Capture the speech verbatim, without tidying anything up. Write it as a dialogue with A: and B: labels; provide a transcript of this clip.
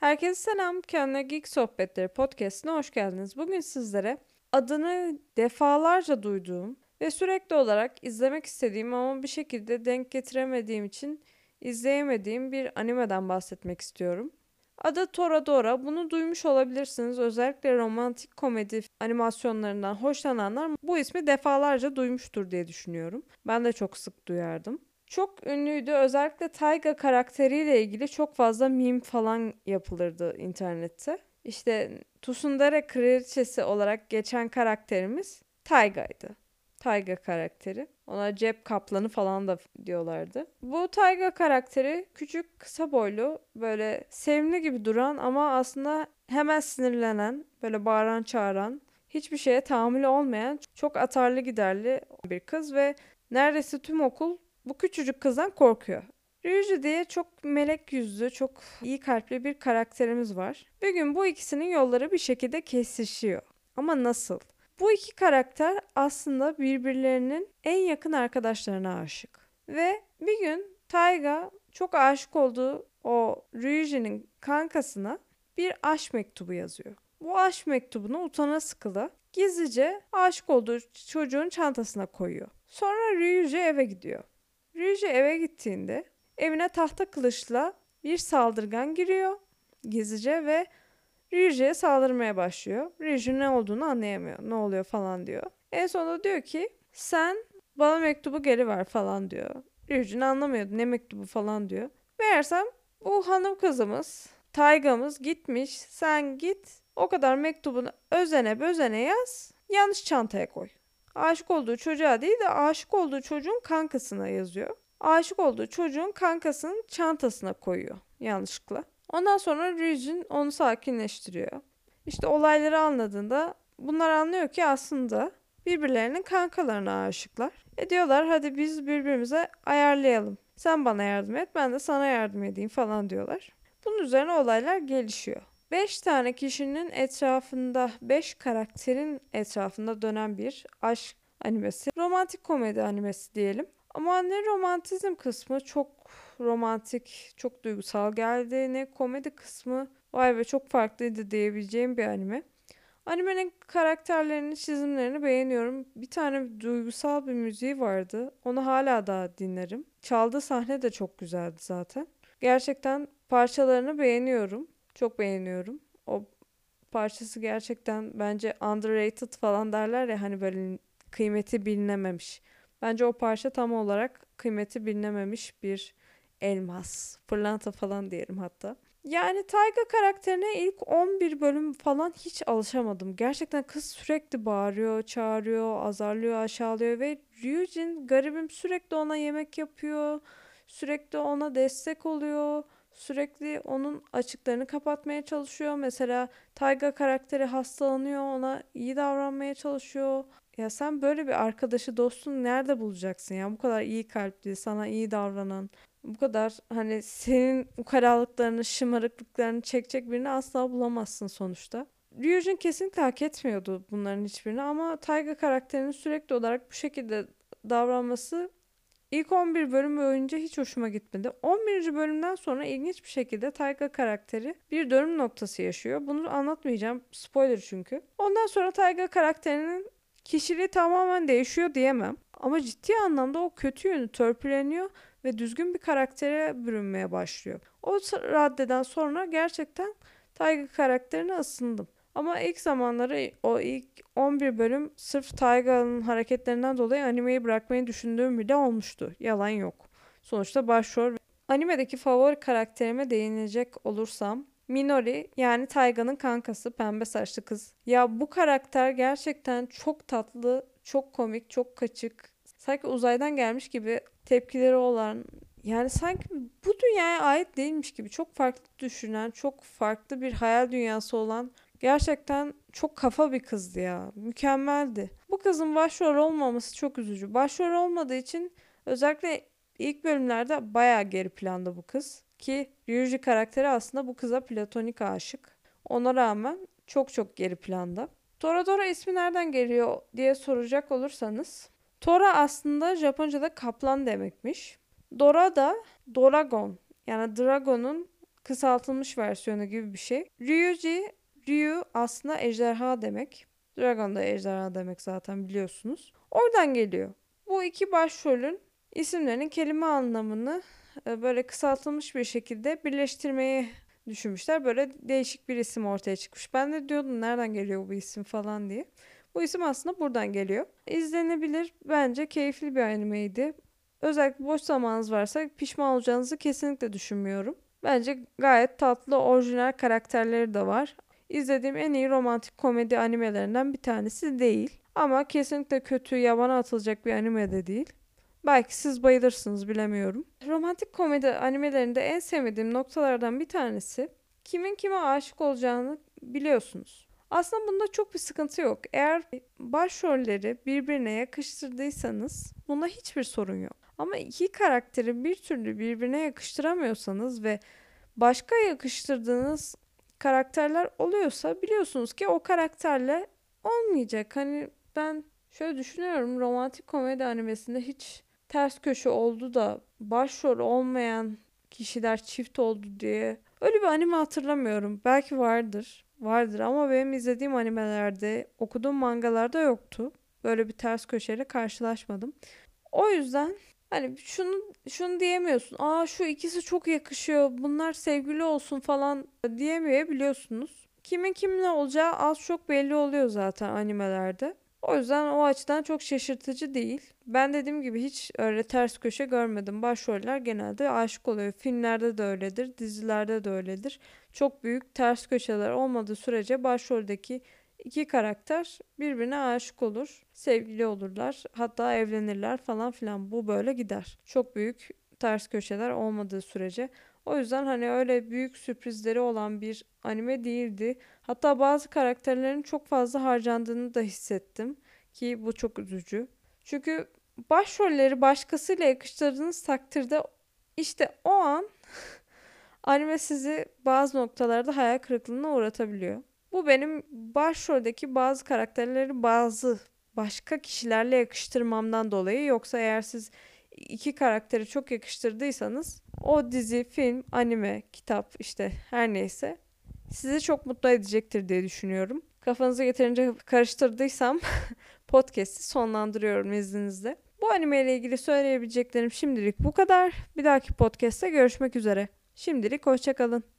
A: Herkese selam. Kendine Geek Sohbetleri podcastine hoş geldiniz. Bugün sizlere adını defalarca duyduğum ve sürekli olarak izlemek istediğim ama bir şekilde denk getiremediğim için izleyemediğim bir animeden bahsetmek istiyorum. Adı Toradora. Bunu duymuş olabilirsiniz. Özellikle romantik komedi animasyonlarından hoşlananlar bu ismi defalarca duymuştur diye düşünüyorum. Ben de çok sık duyardım. Çok ünlüydü. Özellikle Taiga karakteriyle ilgili çok fazla meme falan yapılırdı internette. İşte Tsundere kraliçesi olarak geçen karakterimiz Taiga'ydı. Taiga karakteri. Ona cep kaplanı falan da diyorlardı. Bu Taiga karakteri küçük, kısa boylu, böyle sevimli gibi duran ama aslında hemen sinirlenen, böyle bağıran çağıran, hiçbir şeye tahammülü olmayan, çok atarlı giderli bir kız ve neredeyse tüm okul bu küçücük kızdan korkuyor. Ryuji diye çok melek yüzlü, çok iyi kalpli bir karakterimiz var. Bir gün bu ikisinin yolları bir şekilde kesişiyor. Ama nasıl? Bu iki karakter aslında birbirlerinin en yakın arkadaşlarına aşık. Ve bir gün Taiga çok aşık olduğu o Ryuji'nin kankasına bir aşk mektubu yazıyor. Bu aşk mektubunu utana sıkıla gizlice aşık olduğu çocuğun çantasına koyuyor. Sonra Ryuji eve gidiyor. Ryuji eve gittiğinde evine tahta kılıçla bir saldırgan giriyor gizlice ve Ryuji'ye saldırmaya başlıyor. Ryuji ne olduğunu anlayamıyor. Ne oluyor falan diyor. En sonunda diyor ki sen bana mektubu geri ver falan diyor. Ryuji anlamıyordu ne mektubu falan diyor. Meğersem bu hanım kızımız Tayga'mız gitmiş, sen git o kadar mektubunu özene bözene yaz, yanlış çantaya koy. Aşık olduğu çocuğa değil de aşık olduğu çocuğun kankasına yazıyor. Aşık olduğu çocuğun kankasının çantasına koyuyor yanlışlıkla. Ondan sonra Ryujin onu sakinleştiriyor. İşte olayları anladığında bunlar anlıyor ki aslında birbirlerinin kankalarına aşıklar. E diyorlar hadi biz birbirimize ayarlayalım. Sen bana yardım et ben de sana yardım edeyim falan diyorlar. Bunun üzerine olaylar gelişiyor. Beş tane kişinin etrafında, beş karakterin etrafında dönen bir aşk animesi. Romantik komedi animesi diyelim. Ama ne romantizm kısmı çok romantik, çok duygusal geldi. Ne komedi kısmı vay be çok farklıydı diyebileceğim bir anime. Animenin karakterlerini, çizimlerini beğeniyorum. Bir tane duygusal bir müziği vardı. Onu hala daha dinlerim. Çaldığı sahne de çok güzeldi zaten. Gerçekten parçalarını beğeniyorum. Çok beğeniyorum. O parçası gerçekten bence underrated falan derler ya hani böyle kıymeti bilinememiş. Bence o parça tam olarak kıymeti bilinememiş bir elmas. Pırlanta falan diyelim hatta. Yani Tayga karakterine ilk on bir bölüm falan hiç alışamadım. Gerçekten kız sürekli bağırıyor, çağırıyor, azarlıyor, aşağılıyor ve Ryujin garibim sürekli ona yemek yapıyor. Sürekli ona destek oluyor. Sürekli onun açıklarını kapatmaya çalışıyor. Mesela Tayga karakteri hastalanıyor, ona iyi davranmaya çalışıyor. Ya sen böyle bir arkadaşı, dostunu nerede bulacaksın ya? Bu kadar iyi kalpli, sana iyi davranan, bu kadar hani senin ukalalıklarını, şımarıklıklarını çekecek birini asla bulamazsın sonuçta. Ryujin kesinlikle hak etmiyordu bunların hiçbirini ama Taiga karakterinin sürekli olarak bu şekilde davranması ilk on bir bölüm boyunca hiç hoşuma gitmedi. on birinci bölümden sonra ilginç bir şekilde Taiga karakteri bir dönüm noktası yaşıyor. Bunu anlatmayacağım. Spoiler çünkü. Ondan sonra Taiga karakterinin kişiliği tamamen değişiyor diyemem. Ama ciddi anlamda o kötü yönü törpüleniyor ve düzgün bir karaktere bürünmeye başlıyor. O raddeden sonra gerçekten Taiga karakterine ısındım. Ama ilk zamanları o ilk on bir bölüm sırf Taiga'nın hareketlerinden dolayı animeyi bırakmayı düşündüğüm bile olmuştu. Yalan yok. Sonuçta başrol. Animedeki favori karakterime değinecek olursam Minori yani Taiga'nın kankası pembe saçlı kız. Ya bu karakter gerçekten çok tatlı, çok komik, çok kaçık. Sanki uzaydan gelmiş gibi tepkileri olan yani sanki bu dünyaya ait değilmiş gibi çok farklı düşünen, çok farklı bir hayal dünyası olan gerçekten çok kafa bir kızdı ya. Mükemmeldi. Bu kızın başrol olmaması çok üzücü. Başrol olmadığı için özellikle ilk bölümlerde bayağı geri planda bu kız. Ki Ryuji karakteri aslında bu kıza platonik aşık. Ona rağmen çok çok geri planda. Toradora ismi nereden geliyor diye soracak olursanız. Tora aslında Japonca'da kaplan demekmiş. Dora da Doragon yani Dragon'un kısaltılmış versiyonu gibi bir şey. Ryuji, Ryu aslında ejderha demek. Dragon da ejderha demek zaten biliyorsunuz. Oradan geliyor. Bu iki başrolün isimlerinin kelime anlamını e, böyle kısaltılmış bir şekilde birleştirmeyi düşünmüşler. Böyle değişik bir isim ortaya çıkmış. Ben de diyordum nereden geliyor bu isim falan diye. Bu isim aslında buradan geliyor. İzlenebilir. Bence keyifli bir animeydi. Özellikle boş zamanınız varsa pişman olacağınızı kesinlikle düşünmüyorum. Bence gayet tatlı, orijinal karakterleri de var. İzlediğim en iyi romantik komedi animelerinden bir tanesi değil. Ama kesinlikle kötü, yabana atılacak bir anime de değil. Belki siz bayılırsınız, bilemiyorum. Romantik komedi animelerinde en sevmediğim noktalardan bir tanesi kimin kime aşık olacağını biliyorsunuz. Aslında bunda çok bir sıkıntı yok. Eğer başrolleri birbirine yakıştırdıysanız bunda hiçbir sorun yok. Ama iki karakteri bir türlü birbirine yakıştıramıyorsanız ve başka yakıştırdığınız karakterler oluyorsa biliyorsunuz ki o karakterle olmayacak. Hani ben şöyle düşünüyorum, romantik komedi animesinde hiç ters köşe oldu da başrol olmayan kişiler çift oldu diye öyle bir anime hatırlamıyorum. Belki vardır. Vardır ama benim izlediğim animelerde, okuduğum mangalarda yoktu. Böyle bir ters köşeyle karşılaşmadım. O yüzden hani şunu şunu diyemiyorsun. Aa, şu ikisi çok yakışıyor. Bunlar sevgili olsun falan diyemeyebiliyorsunuz. Kimin kiminle olacağı az çok belli oluyor zaten animelerde. O yüzden o açıdan çok şaşırtıcı değil. Ben dediğim gibi hiç öyle ters köşe görmedim. Başroller genelde aşık oluyor. Filmlerde de öyledir, dizilerde de öyledir. Çok büyük ters köşeler olmadığı sürece başroldeki İki karakter birbirine aşık olur, sevgili olurlar, hatta evlenirler falan filan. Bu böyle gider. Çok büyük ters köşeler olmadığı sürece. O yüzden hani öyle büyük sürprizleri olan bir anime değildi. Hatta bazı karakterlerin çok fazla harcandığını da hissettim ki bu çok üzücü. Çünkü başrolleri başkasıyla yakıştırdığınız takdirde işte o an anime sizi bazı noktalarda hayal kırıklığına uğratabiliyor. Bu benim başroldeki bazı karakterleri bazı başka kişilerle yakıştırmamdan dolayı. Yoksa eğer siz iki karakteri çok yakıştırdıysanız o dizi, film, anime, kitap işte her neyse sizi çok mutlu edecektir diye düşünüyorum. Kafanızı yeterince karıştırdıysam podcast'i sonlandırıyorum izninizle. Bu anime ile ilgili söyleyebileceklerim şimdilik bu kadar. Bir dahaki podcast'te görüşmek üzere. Şimdilik hoşça kalın.